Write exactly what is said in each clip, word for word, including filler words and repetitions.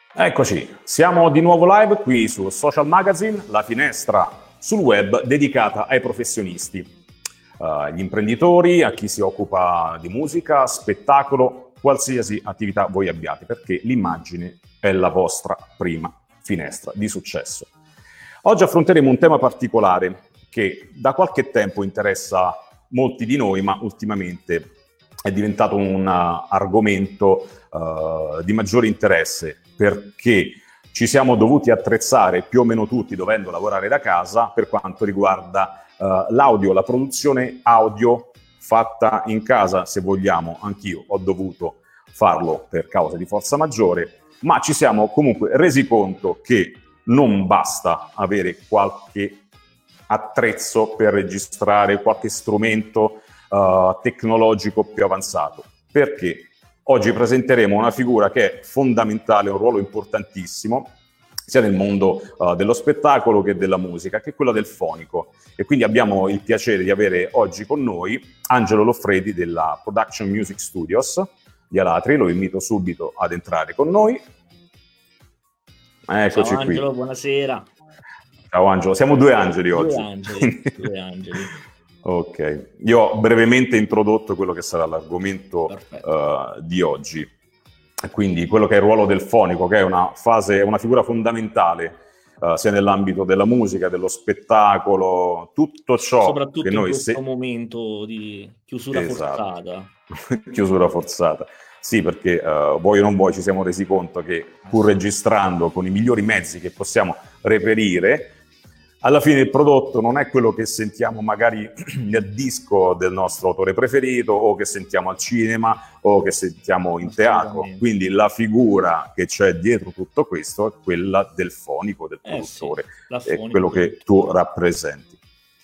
Eccoci, siamo di nuovo live qui su Social Magazine, la finestra sul web dedicata ai professionisti, uh, agli imprenditori, a chi si occupa di musica, spettacolo, qualsiasi attività voi abbiate, perché l'immagine è la vostra prima finestra di successo. Oggi affronteremo un tema particolare che da qualche tempo interessa molti di noi, ma ultimamente è diventato un uh, argomento uh, di maggiore interesse, perché ci siamo dovuti attrezzare più o meno tutti dovendo lavorare da casa per quanto riguarda uh, l'audio, la produzione audio fatta in casa, se vogliamo. Anch'io ho dovuto farlo per causa di forza maggiore, ma ci siamo comunque resi conto che non basta avere qualche attrezzo per registrare, qualche strumento uh, tecnologico più avanzato, perché oggi presenteremo una figura che è fondamentale, un ruolo importantissimo, sia nel mondo uh, dello spettacolo che della musica, che è quello del fonico. E quindi abbiamo il piacere di avere oggi con noi Angelo Loffredi della Production Music Studios di Alatri. Lo invito subito ad entrare con noi. Eccoci Ciao Angelo, qui. buonasera. Ciao Angelo, siamo due angeli due oggi. Angeli, due angeli. Ok, io ho brevemente introdotto quello che sarà l'argomento uh, di oggi, quindi quello che è il ruolo del fonico, che è una fase, una figura fondamentale uh, sia nell'ambito della musica, dello spettacolo, tutto ciò soprattutto che noi in questo se... momento di chiusura esatto. forzata. Chiusura forzata. Sì, perché uh, vuoi o non vuoi ci siamo resi conto che pur registrando con i migliori mezzi che possiamo reperire, alla fine il prodotto non è quello che sentiamo magari nel disco del nostro autore preferito o che sentiamo al cinema o che sentiamo in teatro. Quindi la figura che c'è dietro tutto questo è quella del fonico, del produttore, eh sì, è quello che tu rappresenti.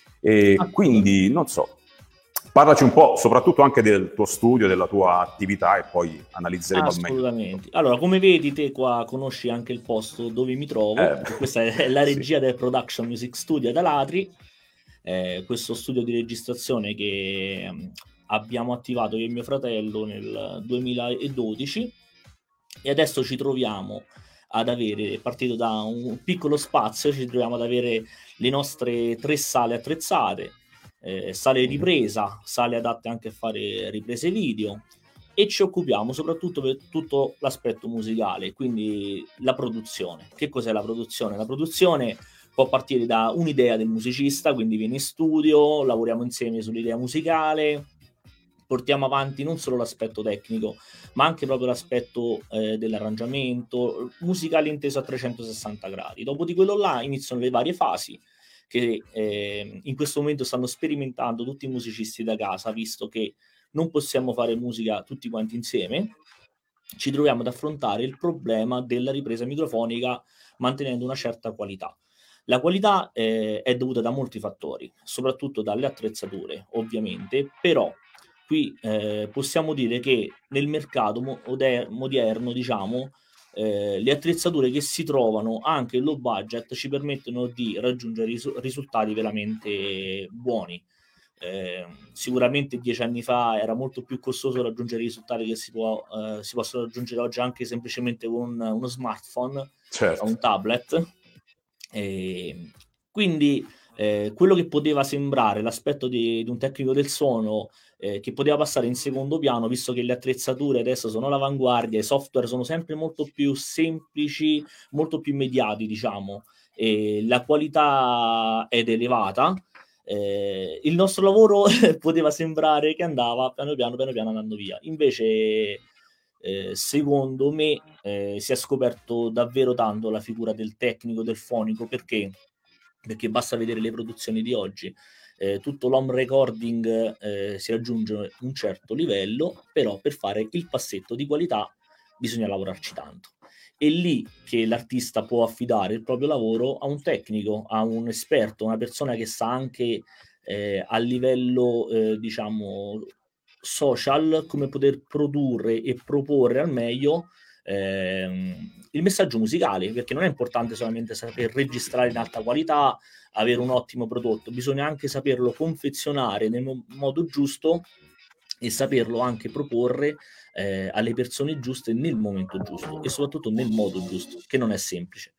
E quindi, non so, parlaci un po' soprattutto anche del tuo studio, della tua attività e poi analizzeremo al meglio. Assolutamente. Allora, come vedi, te qua conosci anche il posto dove mi trovo. Eh, questa è la regia sì. del Production Music Studio ad Alatri, eh, questo studio di registrazione che um, abbiamo attivato io e mio fratello nel duemiladodici e adesso ci troviamo ad avere, partito da un piccolo spazio, ci troviamo ad avere le nostre tre sale attrezzate, eh, sale di ripresa, sale adatte anche a fare riprese video, e ci occupiamo soprattutto per tutto l'aspetto musicale, quindi la produzione. Che cos'è la produzione? La produzione può partire da un'idea del musicista, quindi viene in studio, lavoriamo insieme sull'idea musicale, portiamo avanti non solo l'aspetto tecnico, ma anche proprio l'aspetto eh, dell'arrangiamento, musicale inteso a trecentosessanta gradi. Dopo di quello là iniziano le varie fasi che eh, in questo momento stanno sperimentando tutti i musicisti da casa, visto che non possiamo fare musica tutti quanti insieme. Ci troviamo ad affrontare il problema della ripresa microfonica mantenendo una certa qualità. La qualità eh, è dovuta da molti fattori, soprattutto dalle attrezzature, ovviamente, però qui eh, possiamo dire che nel mercato moder- moderno, diciamo, eh, le attrezzature che si trovano anche in low budget ci permettono di raggiungere ris- risultati veramente buoni. Eh, sicuramente dieci anni fa era molto più costoso raggiungere i risultati che si, può, eh, si possono raggiungere oggi anche semplicemente con uno smartphone, certo, o un tablet. E quindi eh, quello che poteva sembrare l'aspetto di, di un tecnico del suono eh, che poteva passare in secondo piano, visto che le attrezzature adesso sono all'avanguardia, i software sono sempre molto più semplici, molto più immediati, diciamo, e la qualità è elevata. Eh, il nostro lavoro poteva sembrare che andava piano piano, piano piano andando via. Invece, eh, secondo me, eh, si è scoperto davvero tanto la figura del tecnico, del fonico, perché? Perché basta vedere le produzioni di oggi. Eh, tutto l'home recording eh, si raggiunge un certo livello, però per fare il passetto di qualità bisogna lavorarci tanto. È lì che l'artista può affidare il proprio lavoro a un tecnico, a un esperto, una persona che sa anche eh, a livello, eh, diciamo, social come poter produrre e proporre al meglio ehm, il messaggio musicale, perché non è importante solamente saper registrare in alta qualità, avere un ottimo prodotto, bisogna anche saperlo confezionare nel mo- modo giusto e saperlo anche proporre eh, alle persone giuste nel momento giusto e soprattutto nel modo giusto, che non è semplice.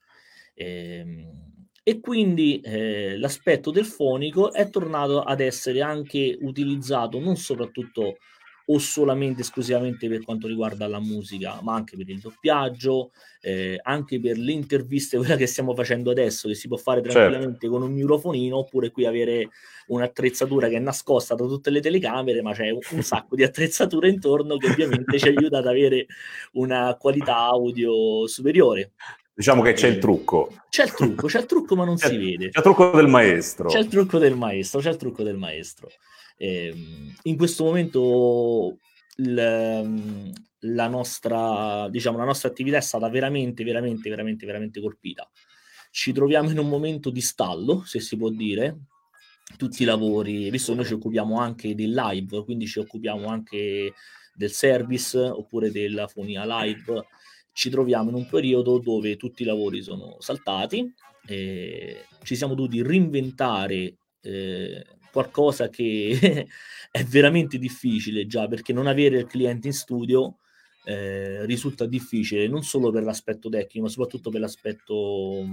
Ehm, e quindi eh, l'aspetto del fonico è tornato ad essere anche utilizzato non soprattutto o solamente esclusivamente per quanto riguarda la musica, ma anche per il doppiaggio, eh, anche per le interviste, quella che stiamo facendo adesso, che si può fare Certo. tranquillamente con un microfonino, oppure qui avere un'attrezzatura che è nascosta da tutte le telecamere, ma c'è un, un sacco di attrezzature intorno che ovviamente ci aiuta ad avere una qualità audio superiore. Diciamo che c'è E il trucco. c'è il trucco, c'è il trucco, ma non c'è, si vede. C'è il trucco del maestro. C'è il trucco del maestro, c'è il trucco del maestro. Eh, in questo momento il, la nostra, diciamo, la nostra attività è stata veramente, veramente, veramente, veramente colpita. Ci troviamo in un momento di stallo, se si può dire. Tutti i lavori, visto che noi ci occupiamo anche del live, quindi ci occupiamo anche del service oppure della fonia live, ci troviamo in un periodo dove tutti i lavori sono saltati, e ci siamo dovuti reinventare eh, qualcosa che è veramente difficile già, perché non avere il cliente in studio eh, risulta difficile non solo per l'aspetto tecnico, ma soprattutto per l'aspetto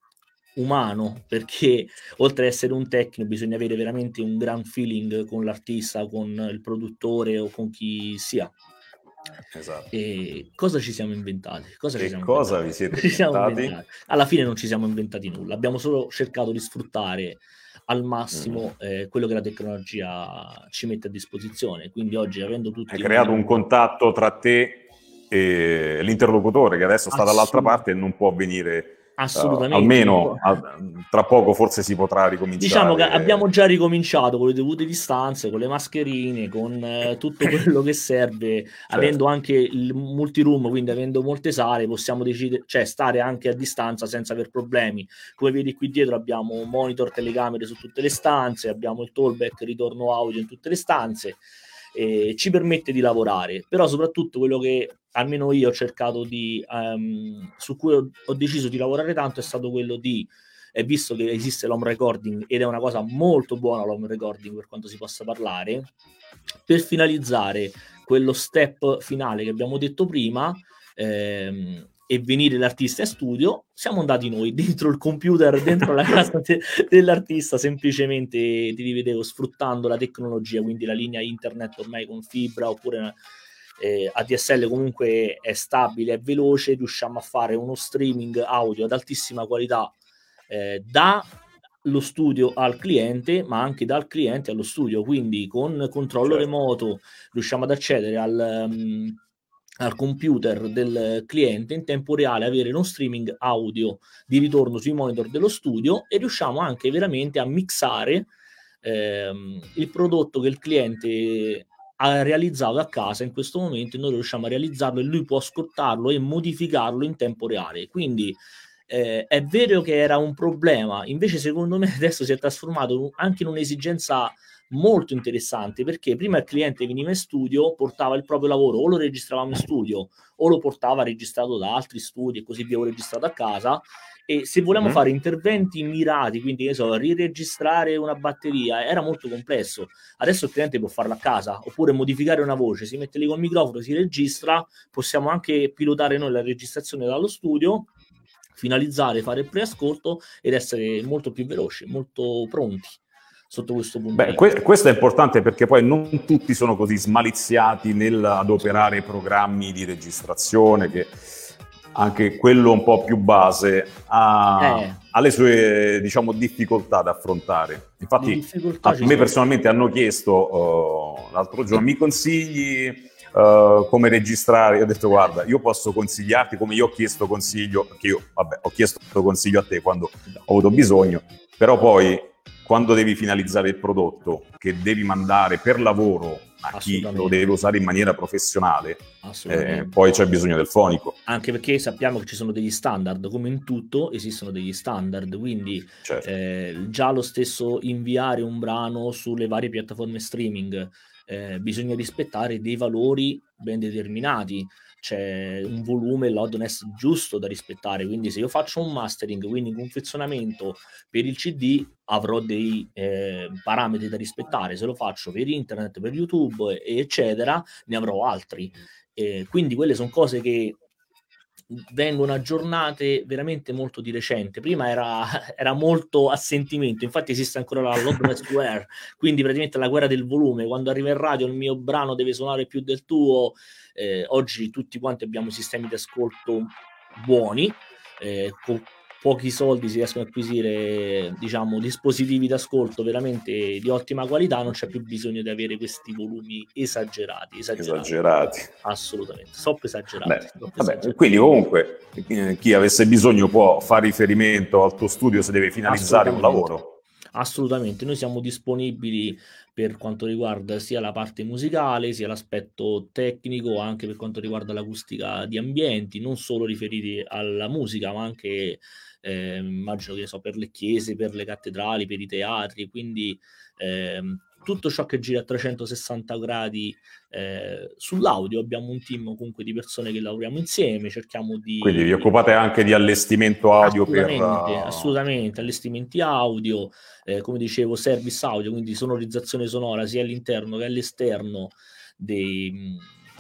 umano, perché oltre ad essere un tecnico bisogna avere veramente un gran feeling con l'artista, con il produttore o con chi sia. Esatto. E cosa ci siamo inventati? Cosa che ci siamo cosa inventati? vi siete Ci siamo inventati? inventati? Alla fine non ci siamo inventati nulla, abbiamo solo cercato di sfruttare al massimo mm. eh, quello che la tecnologia ci mette a disposizione. Quindi oggi, avendo tutti... Hai creato un contatto tra te e l'interlocutore che adesso sta dall'altra parte e non può venire... Assolutamente. Uh, almeno a, tra poco forse si potrà ricominciare. Diciamo che abbiamo già ricominciato con le dovute distanze, con le mascherine, con eh, tutto quello che serve, certo. Avendo anche il multiroom, quindi avendo molte sale, possiamo decidere, cioè stare anche a distanza senza aver problemi. Come vedi qui dietro abbiamo monitor, telecamere su tutte le stanze, abbiamo il tollback, ritorno audio in tutte le stanze. Eh, ci permette di lavorare, però soprattutto quello che almeno io ho cercato di um, su cui ho, ho deciso di lavorare tanto è stato quello di, eh, visto che esiste l'home recording ed è una cosa molto buona l'home recording per quanto si possa parlare, per finalizzare quello step finale che abbiamo detto prima ehm, e venire l'artista in studio, siamo andati noi dentro il computer, dentro la casa de- dell'artista, semplicemente ti rivedevo sfruttando la tecnologia, quindi la linea internet ormai con fibra oppure eh, A D S L comunque è stabile, è veloce, riusciamo a fare uno streaming audio ad altissima qualità eh, da lo studio al cliente, ma anche dal cliente allo studio, quindi con controllo certo. remoto riusciamo ad accedere al... Um, al computer del cliente in tempo reale, avere uno streaming audio di ritorno sui monitor dello studio e riusciamo anche veramente a mixare ehm, il prodotto che il cliente ha realizzato a casa in questo momento e noi riusciamo a realizzarlo e lui può ascoltarlo e modificarlo in tempo reale. Quindi eh, è vero che era un problema, invece secondo me adesso si è trasformato anche in un'esigenza molto interessante, perché prima il cliente veniva in studio, portava il proprio lavoro, o lo registravamo in studio o lo portava registrato da altri studi e così via, o registrato a casa, e se volevamo mm-hmm. fare interventi mirati, quindi che so, riregistrare una batteria, era molto complesso. Adesso il cliente può farlo a casa, oppure modificare una voce, si mette lì col microfono, si registra, possiamo anche pilotare noi la registrazione dallo studio, finalizzare, fare il preascolto ed essere molto più veloci, molto pronti sotto questo punto. Beh, que- questo è importante perché poi non tutti sono così smaliziati nell'adoperare programmi di registrazione, che anche quello un po' più base ha, eh. ha le sue, diciamo, difficoltà da affrontare. Infatti a me personalmente hanno chiesto uh, l'altro giorno, mi consigli uh, come registrare? Io ho detto guarda, io posso consigliarti come io ho chiesto consiglio, perché io vabbè, ho chiesto consiglio a te quando ho avuto bisogno, però poi quando devi finalizzare il prodotto che devi mandare per lavoro a chi lo deve usare in maniera professionale, eh, poi c'è bisogno del fonico. Anche perché sappiamo che ci sono degli standard, come in tutto esistono degli standard, quindi certo. eh, già lo stesso inviare un brano sulle varie piattaforme streaming, eh, bisogna rispettare dei valori ben determinati, c'è un volume loudness giusto da rispettare, quindi se io faccio un mastering, quindi un confezionamento per il C D, avrò dei eh, parametri da rispettare, se lo faccio per internet, per YouTube, eccetera, ne avrò altri. Eh, quindi quelle sono cose che vengono aggiornate veramente molto di recente. Prima era, era molto a sentimento, infatti esiste ancora la loudness wear, quindi praticamente la guerra del volume. Quando arriva in radio il mio brano deve suonare più del tuo. Eh, oggi tutti quanti abbiamo sistemi di ascolto buoni, eh, con pochi soldi si riescono a acquisire, diciamo, dispositivi d'ascolto veramente di ottima qualità, non c'è più bisogno di avere questi volumi esagerati, esagerati. Esagerati. Assolutamente, troppo esagerati. Beh, troppo vabbè, esagerati. quindi comunque eh, chi avesse bisogno può fare riferimento al tuo studio se deve finalizzare un lavoro. Assolutamente, noi siamo disponibili per quanto riguarda sia la parte musicale, sia l'aspetto tecnico, anche per quanto riguarda l'acustica di ambienti, non solo riferiti alla musica, ma anche eh, immagino che ne so, per le chiese, per le cattedrali, per i teatri, quindi ehm, tutto ciò che gira a trecentosessanta gradi eh, sull'audio. Abbiamo un team comunque di persone che lavoriamo insieme, cerchiamo di... Quindi vi occupate anche di allestimento audio Assolutamente, per... Uh... assolutamente, allestimenti audio, eh, come dicevo, service audio, quindi sonorizzazione sonora sia all'interno che all'esterno dei,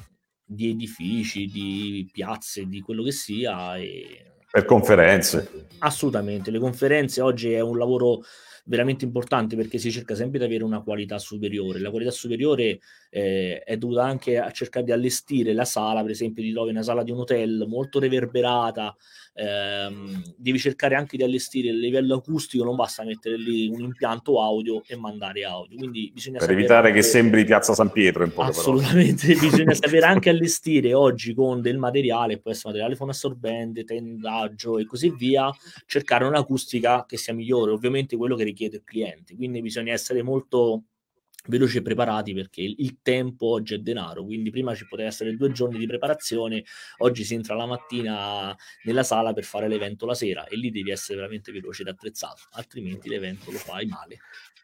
di edifici, di piazze, di quello che sia. E... Per conferenze. Assolutamente, le conferenze oggi è un lavoro veramente importante perché si cerca sempre di avere una qualità superiore. La qualità superiore eh, è dovuta anche a cercare di allestire la sala, per esempio ti trovi una sala di un hotel molto reverberata, ehm, devi cercare anche di allestire il livello acustico, non basta mettere lì un impianto audio e mandare audio, quindi bisogna per sapere evitare anche... che sembri Piazza San Pietro in poche parole. Assolutamente, bisogna sapere anche allestire oggi con del materiale, può essere materiale fonoassorbente, tendaggio e così via, cercare un'acustica che sia migliore, ovviamente quello che richiede il cliente, quindi bisogna essere molto veloci e preparati perché il, il tempo oggi è denaro, quindi prima ci poteva essere due giorni di preparazione, oggi si entra la mattina nella sala per fare l'evento la sera e lì devi essere veramente veloce ed attrezzato, altrimenti l'evento lo fai male.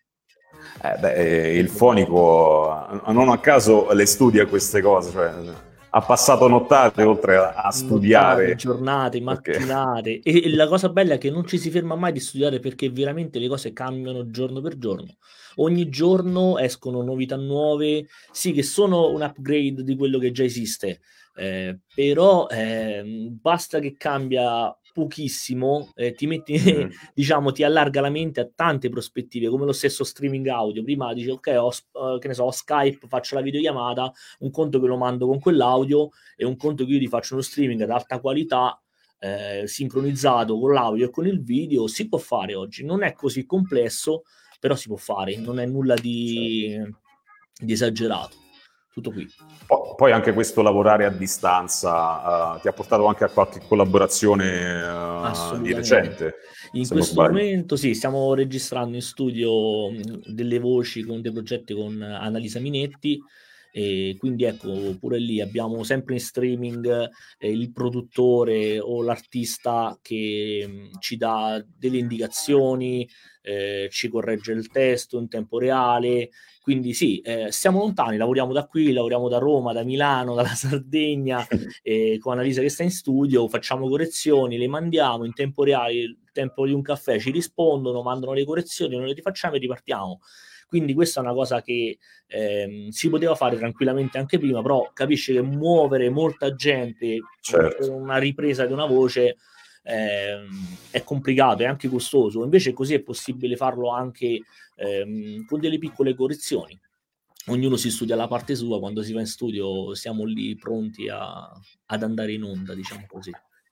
Eh, beh, il fonico non a caso le studia queste cose, cioè ha passato nottate oltre a, a studiare. Nottate, giornate, mattinate. Okay. E, e la cosa bella è che non ci si ferma mai di studiare perché veramente le cose cambiano giorno per giorno. Ogni giorno escono novità nuove, sì, che sono un upgrade di quello che già esiste, eh, però eh, basta che cambia pochissimo, eh, ti metti, mm. diciamo, ti allarga la mente a tante prospettive, come lo stesso streaming audio. Prima dici, ok, ho, uh, che ne so, ho Skype, faccio la videochiamata, un conto che lo mando con quell'audio e un conto che io ti faccio uno streaming ad alta qualità, eh, sincronizzato con l'audio e con il video. Si può fare oggi, non è così complesso, però si può fare, non è nulla di, di esagerato. Tutto qui. Poi anche questo lavorare a distanza uh, ti ha portato anche a qualche collaborazione uh, di recente? In questo momento sì, stiamo registrando in studio delle voci con dei progetti con Annalisa Minetti, e quindi ecco, pure lì abbiamo sempre in streaming eh, il produttore o l'artista che mh, ci dà delle indicazioni, eh, ci corregge il testo in tempo reale. Quindi sì, eh, siamo lontani, lavoriamo da qui, lavoriamo da Roma, da Milano, dalla Sardegna, eh, con Annalisa che sta in studio, facciamo correzioni, le mandiamo in tempo reale, il tempo di un caffè ci rispondono, mandano le correzioni, noi le rifacciamo e ripartiamo. Quindi questa è una cosa che ehm, si poteva fare tranquillamente anche prima, però capisci che muovere molta gente certo. per una ripresa di una voce ehm, è complicato, è anche costoso. Invece così è possibile farlo anche ehm, con delle piccole correzioni. Ognuno si studia la parte sua, quando si va in studio siamo lì pronti a, ad andare in onda, diciamo così.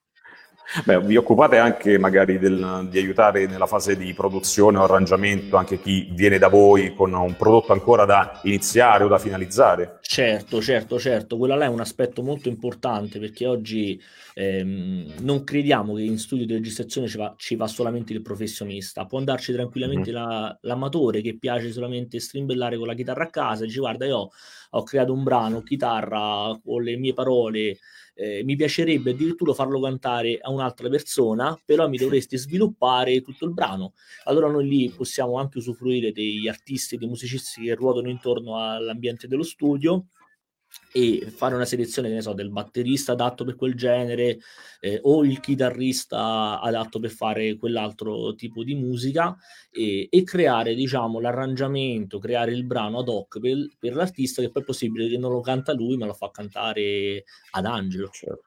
Beh, vi occupate anche magari del, di aiutare nella fase di produzione o arrangiamento anche chi viene da voi con un prodotto ancora da iniziare o da finalizzare? Certo, certo, certo, quello là è un aspetto molto importante perché oggi ehm, non crediamo che in studio di registrazione ci va, ci va solamente il professionista, può andarci tranquillamente mm-hmm. la, l'amatore che piace solamente strimbellare con la chitarra a casa e dice guarda io ho creato un brano, chitarra, con le mie parole, eh, mi piacerebbe addirittura farlo cantare a un'altra persona, però mi dovresti sviluppare tutto il brano. Allora noi lì possiamo anche usufruire degli artisti, dei musicisti che ruotano intorno all'ambiente dello studio e fare una selezione, che ne so, del batterista adatto per quel genere, eh, o il chitarrista adatto per fare quell'altro tipo di musica, e, e creare, diciamo, l'arrangiamento, creare il brano ad hoc per, per l'artista, che poi è possibile che non lo canta lui, ma lo fa cantare ad Angelo. Certo.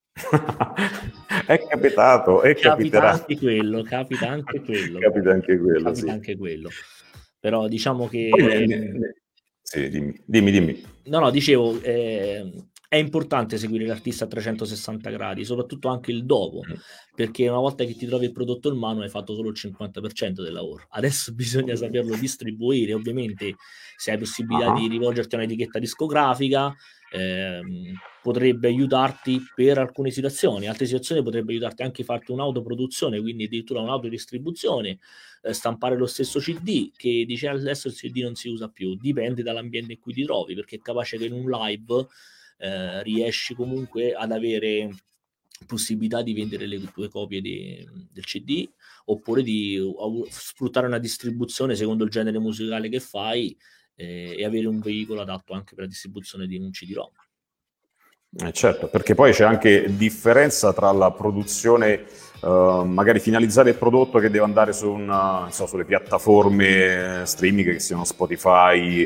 È capitato e Capita capiterà. anche quello, capita anche quello, Capita anche quello, capita sì. anche quello. Però diciamo Poi ne che... ne ne sì, dimmi, dimmi, dimmi. No, no, dicevo, ehm, è importante seguire l'artista a trecentosessanta gradi, soprattutto anche il dopo, Mh. perché una volta che ti trovi il prodotto in mano hai fatto solo il cinquanta per cento del lavoro. Adesso bisogna saperlo distribuire, ovviamente se hai possibilità Ah-ah. di rivolgerti a un'etichetta discografica, ehm, potrebbe aiutarti per alcune situazioni, altre situazioni potrebbe aiutarti anche a farti un'autoproduzione, quindi addirittura un'autodistribuzione, eh, stampare lo stesso C D, che dice adesso il C D non si usa più, dipende dall'ambiente in cui ti trovi, perché è capace che in un live eh, riesci comunque ad avere possibilità di vendere le tue copie di, del C D, oppure di uh, sfruttare una distribuzione secondo il genere musicale che fai, eh, e avere un veicolo adatto anche per la distribuzione di un C D-ROM. Eh certo, perché poi c'è anche differenza tra la produzione, eh, magari finalizzare il prodotto che deve andare su una, non so, sulle piattaforme streaming che siano Spotify,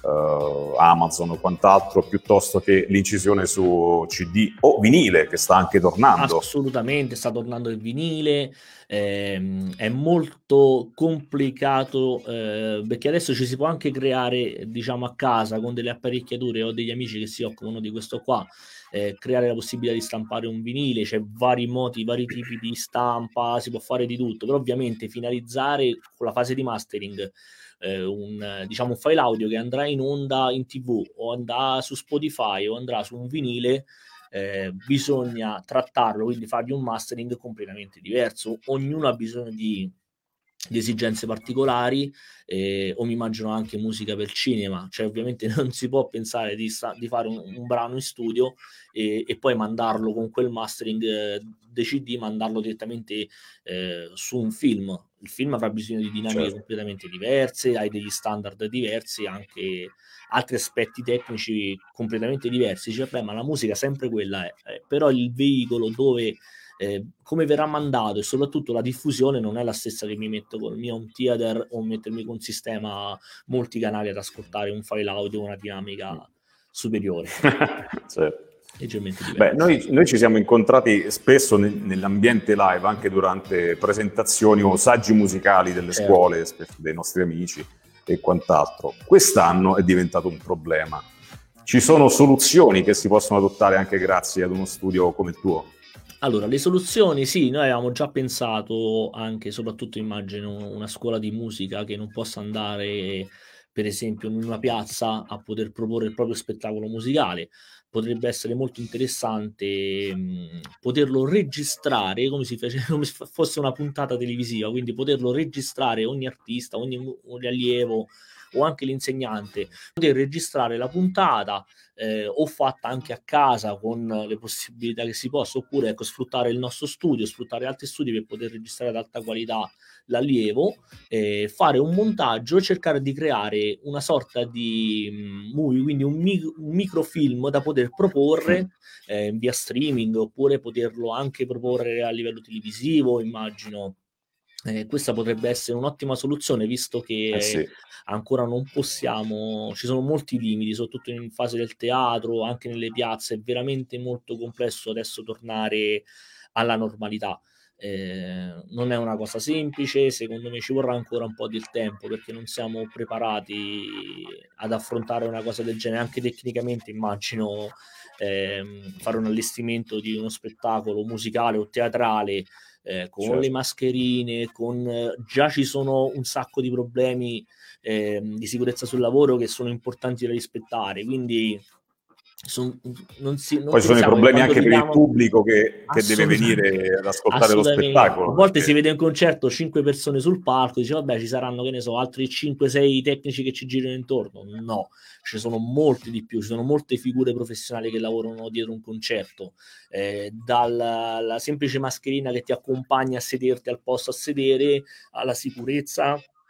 eh, Amazon o quant'altro, piuttosto che l'incisione su C D o vinile, che sta anche tornando. Assolutamente, sta tornando il vinile, ehm, è molto complicato, eh, perché adesso ci si può anche creare, diciamo, a casa con delle apparecchiature, o degli amici che si occupano di questo qua, eh, creare la possibilità di stampare un vinile, c'è vari modi, vari tipi di stampa, si può fare di tutto, però ovviamente finalizzare con la fase di mastering eh, un, diciamo, un file audio che andrà in onda in tivù, o andrà su Spotify, o andrà su un vinile, eh, bisogna trattarlo, quindi fargli un mastering completamente diverso. Ognuno ha bisogno di, di esigenze particolari, eh, o mi immagino anche musica per cinema, cioè ovviamente non si può pensare di, sta- di fare un, un brano in studio e, e poi mandarlo con quel mastering eh, dei C D, mandarlo direttamente eh, su un film. Il film avrà bisogno di dinamiche Certo. completamente diverse, hai degli standard diversi, anche altri aspetti tecnici completamente diversi. Dice, vabbè, ma la musica sempre quella è, eh, però il veicolo dove, eh, come verrà mandato, e soprattutto la diffusione non è la stessa che mi metto con il mio home theater, o mettermi con un sistema multicanale ad ascoltare un file audio con una dinamica superiore, Certo. leggermente Beh, diversa. noi, noi ci siamo incontrati spesso ne- nell'ambiente live, anche durante presentazioni o saggi musicali delle Certo. scuole, spesso dei nostri amici e quant'altro. Quest'anno è diventato un problema. Ci sono soluzioni che si possono adottare anche grazie ad uno studio come il tuo? Allora, le soluzioni, sì, noi avevamo già pensato anche, soprattutto immagino una scuola di musica che non possa andare, per esempio, in una piazza a poter proporre il proprio spettacolo musicale. Potrebbe essere molto interessante mh, poterlo registrare come si fece, come se fosse una puntata televisiva, quindi poterlo registrare ogni artista, ogni, mu- ogni allievo, o anche l'insegnante, poter registrare la puntata, eh, o fatta anche a casa con le possibilità che si possa, oppure ecco, sfruttare il nostro studio, sfruttare altri studi per poter registrare ad alta qualità l'allievo, eh, fare un montaggio, cercare di creare una sorta di mm, movie, quindi un, mic- un microfilm da poter proporre eh, via streaming, oppure poterlo anche proporre a livello televisivo, immagino. Eh, questa potrebbe essere un'ottima soluzione, visto Eh che sì. ancora non possiamo, ci sono molti limiti, soprattutto in fase del teatro, anche nelle piazze, è veramente molto complesso adesso tornare alla normalità. Eh, non è una cosa semplice, secondo me ci vorrà ancora un po' del tempo, perché non siamo preparati ad affrontare una cosa del genere, anche tecnicamente immagino ehm, fare un allestimento di uno spettacolo musicale o teatrale, eh, con le Certo. mascherine, con eh, già ci sono un sacco di problemi ehm, di sicurezza sul lavoro che sono importanti da rispettare, quindi son- non, si, non Poi ci sono i pensiamo che problemi quando anche per il viviamo... pubblico che, che deve Assolutamente, venire ad ascoltare lo assolutamente. A spettacolo, volte si perché vede un concerto, cinque persone sul palco, dice vabbè ci saranno, che ne so, altri cinque sei tecnici che ci girano intorno. No, ci sono molti di più, ci sono molte figure professionali che lavorano dietro un concerto, eh, dalla semplice mascherina che ti accompagna a sederti al posto a sedere, alla sicurezza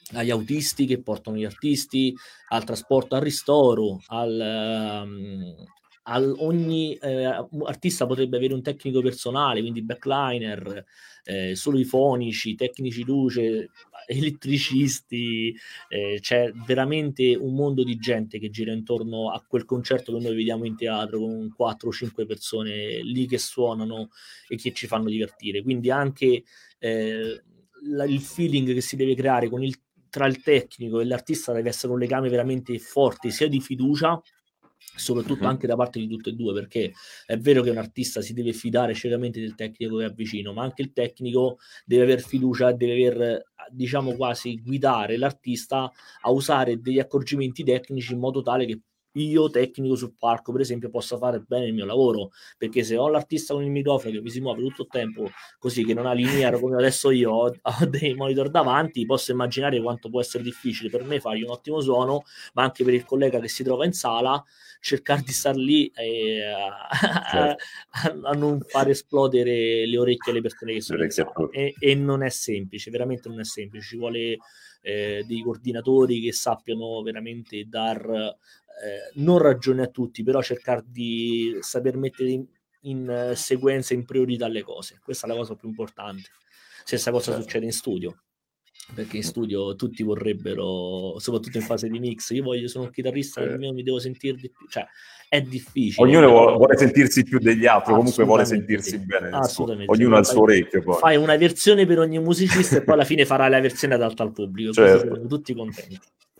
agli autisti che portano gli artisti, al trasporto, al ristoro, al, um, al ogni eh, artista potrebbe avere un tecnico personale, quindi backliner, eh, solo i fonici, tecnici luce, elettricisti, eh, c'è veramente un mondo di gente che gira intorno a quel concerto che noi vediamo in teatro con quattro o cinque persone lì che suonano e che ci fanno divertire, quindi anche eh, la, il feeling che si deve creare con il tra il tecnico e l'artista deve essere un legame veramente forte, sia di fiducia, soprattutto uh-huh. anche da parte di tutte e due, perché è vero che un artista si deve fidare ciecamente del tecnico che è vicino, ma anche il tecnico deve aver fiducia, deve aver, diciamo, quasi guidare l'artista a usare degli accorgimenti tecnici in modo tale che io, tecnico sul palco, per esempio, possa fare bene il mio lavoro, perché se ho l'artista con il microfono che mi si muove tutto il tempo così, che non ha liniera come adesso io ho, ho dei monitor davanti, posso immaginare quanto può essere difficile per me fargli un ottimo suono, ma anche per il collega che si trova in sala cercare di star lì e a, certo. a, a non far esplodere le orecchie alle persone che sono in sala, e, e non è semplice, veramente non è semplice, ci vuole eh, dei coordinatori che sappiano veramente dar Eh, non ragione a tutti, però cercare di saper mettere in, in sequenza, in priorità le cose. Questa è la cosa più importante. Stessa cosa certo. succede in studio, perché in studio tutti vorrebbero, soprattutto in fase di mix, io voglio, sono un chitarrista, eh. nemmeno mi devo sentire di più, cioè è difficile. Ognuno vuole, vuole sentirsi più degli altri, comunque vuole sentirsi sì. bene. Assolutamente. Ognuno ha il suo orecchio. Poi. Fai una versione per ogni musicista e poi alla fine farai la versione adatta al pubblico, certo. così tutti contenti.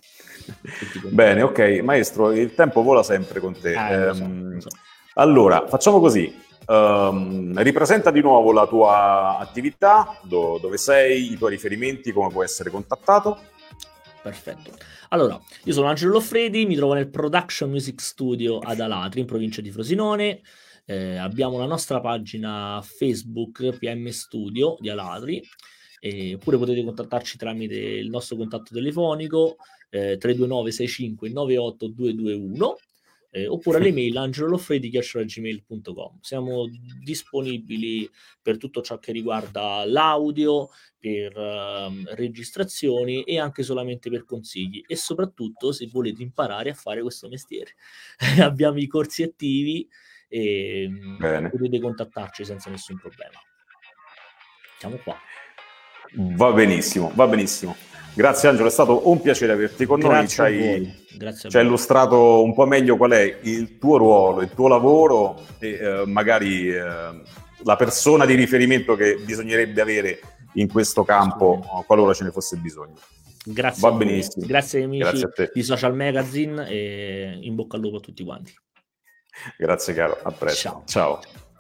Bene, ok, maestro, il tempo vola sempre con te. Ah, ehm, lo so, lo so. Allora, facciamo così. Um, ripresenta di nuovo la tua attività, do, dove sei, i tuoi riferimenti, come puoi essere contattato. Perfetto. Allora, io sono Angelo Loffredi, mi trovo nel Production Music Studio ad Alatri, in provincia di Frosinone. Eh, abbiamo la nostra pagina Facebook P M Studio di Alatri. Oppure potete contattarci tramite il nostro contatto telefonico eh, tre due nove sei cinque nove otto due due uno eh, oppure all'email angeloloffredi chiocciola gmail punto com. Siamo disponibili per tutto ciò che riguarda l'audio, per uh, registrazioni e anche solamente per consigli, e soprattutto se volete imparare a fare questo mestiere. Abbiamo i corsi attivi e Bene. potete contattarci senza nessun problema. Siamo qua. Va benissimo, va benissimo. Grazie Angelo, è stato un piacere averti con Grazie noi. Ci hai, Grazie ci hai illustrato un po' meglio qual è il tuo ruolo, il tuo lavoro e eh, magari eh, la persona di riferimento che bisognerebbe avere in questo campo qualora ce ne fosse bisogno. Grazie. Va benissimo. Grazie amici Grazie di Social Magazine e in bocca al lupo a tutti quanti. Grazie caro, a presto. Ciao. Ciao.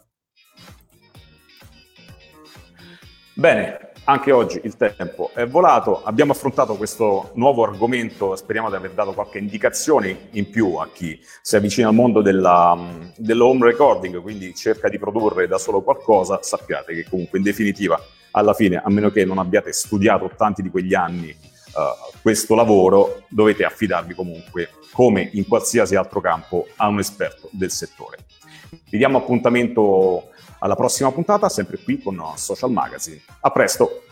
Bene, anche oggi il tempo è volato, abbiamo affrontato questo nuovo argomento, speriamo di aver dato qualche indicazione in più a chi si avvicina al mondo della, dell'home recording, quindi cerca di produrre da solo qualcosa. Sappiate che comunque in definitiva, alla fine, a meno che non abbiate studiato tanti di quegli anni uh, questo lavoro, dovete affidarvi comunque, come in qualsiasi altro campo, a un esperto del settore. Vi diamo appuntamento alla prossima puntata, sempre qui con Social Magazine. A presto!